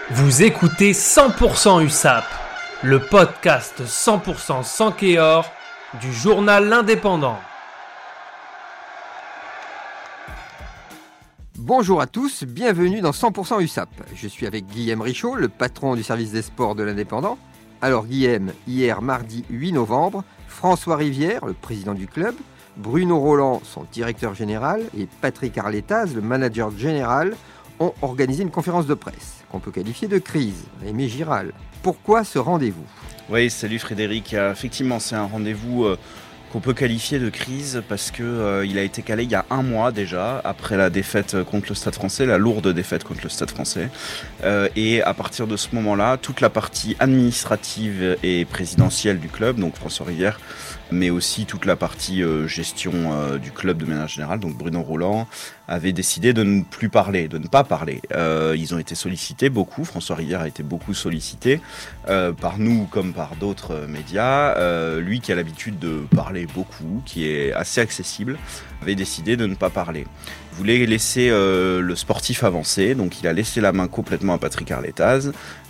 Vous écoutez 100% USAP, le podcast 100% sans Kéor du journal L'Indépendant. Bonjour à tous, bienvenue dans 100% USAP. Je suis avec Guillaume Richaud, le patron du service des sports de l'Indépendant. Alors Guillaume, hier mardi 8 novembre, François Rivière, le président du club, Bruno Roland, son directeur général, et Patrick Arletaz, le manager général, ont organisé une conférence de presse qu'on peut qualifier de crise. Aimé Giral, pourquoi ce rendez-vous ? Oui, salut Frédéric. Effectivement, c'est un rendez-vous qu'on peut qualifier de crise parce que il a été calé il y a un mois déjà, après la défaite contre le Stade français, la lourde défaite contre le Stade français. Et à partir de ce moment-là, toute la partie administrative et présidentielle du club, donc François Rivière, mais aussi toute la partie gestion du club de manière générale, donc Bruno Roland, avait décidé de ne plus parler, de ne pas parler. Ils ont été sollicités beaucoup, François Rivière a été beaucoup sollicité, par nous comme par d'autres médias. Lui qui a l'habitude de parler beaucoup, qui est assez accessible, avait décidé de ne pas parler. Il voulait laisser le sportif avancer, donc il a laissé la main complètement à Patrick Arletaz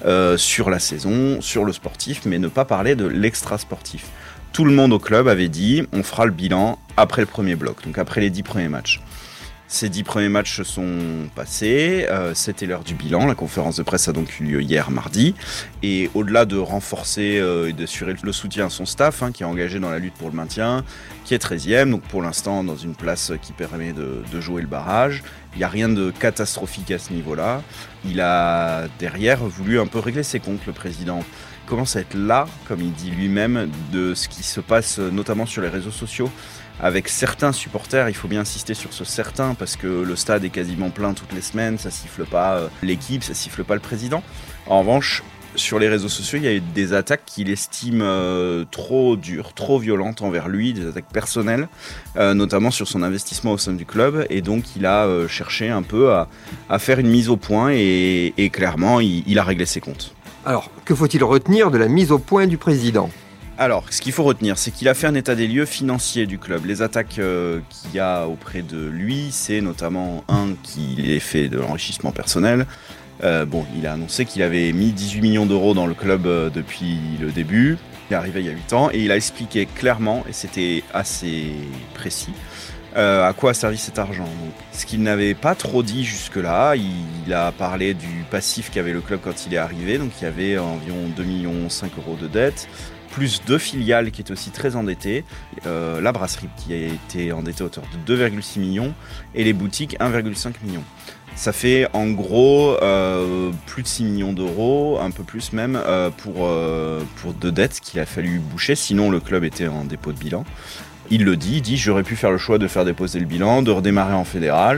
sur la saison, sur le sportif, mais ne pas parler de l'extra-sportif. Tout le monde au club avait dit on fera le bilan après le premier bloc, donc après les 10 premiers matchs. Ces 10 premiers matchs se sont passés, c'était l'heure du bilan, la conférence de presse a donc eu lieu hier mardi, et au-delà de renforcer et d'assurer le soutien à son staff, qui est engagé dans la lutte pour le maintien, qui est 13e, donc pour l'instant dans une place qui permet de jouer le barrage, il n'y a rien de catastrophique à ce niveau-là. Il a derrière voulu un peu régler ses comptes, le président. Il commence à être là, comme il dit lui-même, de ce qui se passe notamment sur les réseaux sociaux avec certains supporters. Il faut bien insister sur ce certain parce que le stade est quasiment plein toutes les semaines, ça siffle pas l'équipe, ça siffle pas le président. En revanche, sur les réseaux sociaux, il y a eu des attaques qu'il estime trop dures, trop violentes envers lui, des attaques personnelles, notamment sur son investissement au sein du club, et donc il a cherché un peu à faire une mise au point et clairement il a réglé ses comptes. Alors, que faut-il retenir de la mise au point du président ? Alors, ce qu'il faut retenir, c'est qu'il a fait un état des lieux financier du club. Les attaques qu'il y a auprès de lui, c'est notamment qu'il ait fait de l'enrichissement personnel. Il a annoncé qu'il avait mis 18 millions d'euros dans le club depuis le début. Il est arrivé il y a 8 ans et il a expliqué clairement, et c'était assez précis, à quoi a servi cet argent. Donc, ce qu'il n'avait pas trop dit jusque-là, il a parlé du passif qu'avait le club quand il est arrivé. Donc il y avait environ 2,5 millions d'euros de dettes, plus 2 filiales qui étaient aussi très endettées, la brasserie qui a été endettée à hauteur de 2,6 millions et les boutiques 1,5 millions. Ça fait en gros plus de 6 millions d'euros, un peu plus même, pour de dettes qu'il a fallu boucher, sinon le club était en dépôt de bilan. Il le dit, j'aurais pu faire le choix de faire déposer le bilan, de redémarrer en fédéral,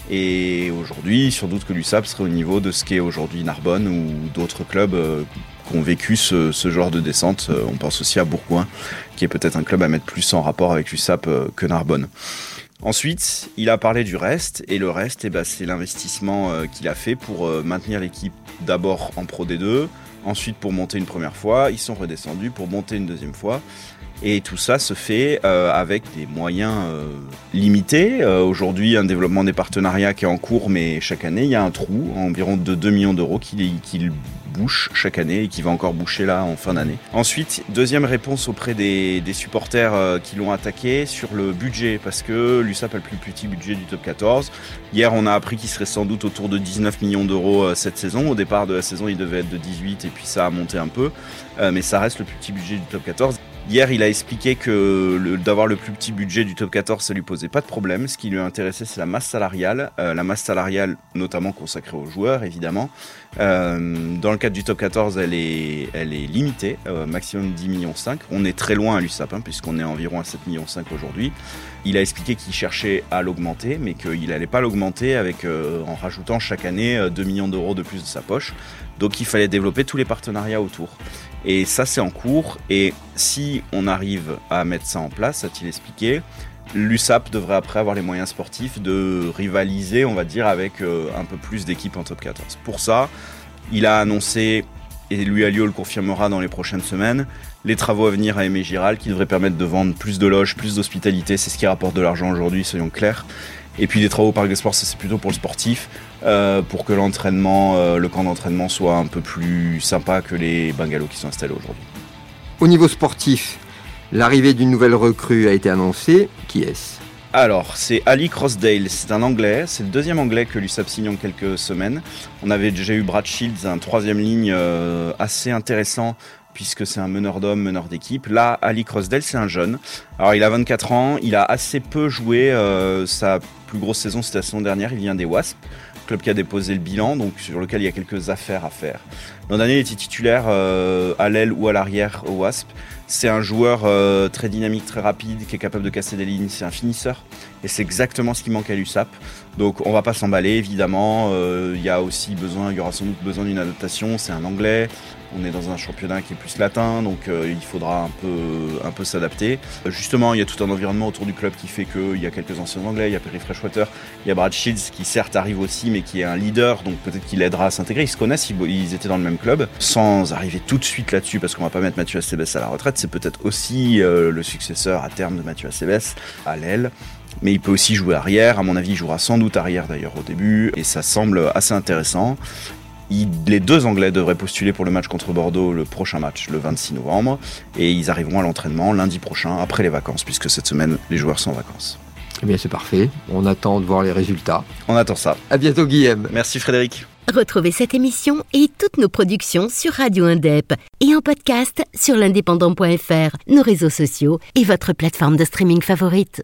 et aujourd'hui, sans doute que l'USAP serait au niveau de ce qu'est aujourd'hui Narbonne ou d'autres clubs qui ont vécu ce genre de descente. On pense aussi à Bourgoin, qui est peut-être un club à mettre plus en rapport avec l'USAP que Narbonne. Ensuite, il a parlé du reste, et le reste, c'est l'investissement qu'il a fait pour maintenir l'équipe d'abord en Pro D2, ensuite pour monter une première fois, ils sont redescendus pour monter une deuxième fois. Et tout ça se fait avec des moyens limités. Aujourd'hui, un développement des partenariats qui est en cours, mais chaque année, il y a un trou, environ de 2 millions d'euros qu'il bouche chaque année et qui va encore boucher là en fin d'année. Ensuite, deuxième réponse auprès des supporters qui l'ont attaqué sur le budget, parce que l'USAP a le plus petit budget du top 14. Hier, on a appris qu'il serait sans doute autour de 19 millions d'euros cette saison. Au départ de la saison, il devait être de 18 et puis ça a monté un peu, mais ça reste le plus petit budget du top 14. Hier, il a expliqué que d'avoir le plus petit budget du top 14, ça lui posait pas de problème. Ce qui lui intéressait, c'est la masse salariale. La masse salariale, notamment consacrée aux joueurs, évidemment. Dans le cadre du top 14, elle est limitée, maximum 10,5 millions. On est très loin à l'USAP, puisqu'on est environ à 7,5 millions aujourd'hui. Il a expliqué qu'il cherchait à l'augmenter, mais qu'il n'allait pas l'augmenter en rajoutant chaque année 2 millions d'euros de plus de sa poche. Donc il fallait développer tous les partenariats autour. Et ça, c'est en cours. Et si on arrive à mettre ça en place, a-t-il expliqué, l'USAP devrait après avoir les moyens sportifs de rivaliser, on va dire, avec un peu plus d'équipes en top 14. Pour ça, il a annoncé, et lui Alliot le confirmera dans les prochaines semaines, les travaux à venir à Aimé Giral qui devraient permettre de vendre plus de loges, plus d'hospitalité. C'est ce qui rapporte de l'argent aujourd'hui, soyons clairs. Et puis des travaux au Parc des Sports, ça c'est plutôt pour le sportif, pour que l'entraînement, le camp d'entraînement soit un peu plus sympa que les bungalows qui sont installés aujourd'hui. Au niveau sportif, l'arrivée d'une nouvelle recrue a été annoncée. Qui est-ce ? Alors, c'est Ali Crossdale, c'est un Anglais, c'est le deuxième Anglais que l'USAP signe en quelques semaines. On avait déjà eu Brad Shields, un troisième ligne assez intéressant, puisque c'est un meneur d'hommes, meneur d'équipe. Là, Ali Crossdale, c'est un jeune. Alors, il a 24 ans, il a assez peu joué, sa plus grosse saison, c'était la saison dernière, il vient des Wasps, club qui a déposé le bilan, donc sur lequel il y a quelques affaires à faire. L'an dernier, il était titulaire à l'aile ou à l'arrière au Wasp. C'est un joueur très dynamique, très rapide, qui est capable de casser des lignes. C'est un finisseur. Et c'est exactement ce qui manque à l'USAP. Donc on va pas s'emballer, évidemment. Il y aura sans doute besoin d'une adaptation. C'est un Anglais. On est dans un championnat qui est plus latin, donc il faudra un peu s'adapter. Justement, il y a tout un environnement autour du club qui fait qu'il y a quelques anciens Anglais. Il y a Perry Freshwater, il y a Brad Shields qui certes arrive aussi, mais qui est un leader, donc peut-être qu'il aidera à s'intégrer. Ils se connaissent, ils étaient dans le même club. Sans arriver tout de suite là-dessus, parce qu'on va pas mettre Mathieu Acebes à la retraite, c'est peut-être aussi le successeur à terme de Mathieu Acebes à l'aile. Mais il peut aussi jouer arrière, à mon avis il jouera sans doute arrière d'ailleurs au début, et ça semble assez intéressant. Les deux Anglais devraient postuler pour le match contre Bordeaux, le prochain match, le 26 novembre, et ils arriveront à l'entraînement lundi prochain, après les vacances, puisque cette semaine les joueurs sont en vacances. Eh bien c'est parfait, on attend de voir les résultats. On attend ça. À bientôt Guillaume. Merci Frédéric. Retrouvez cette émission et toutes nos productions sur Radio Indep et en podcast sur l'indépendant.fr, nos réseaux sociaux et votre plateforme de streaming favorite.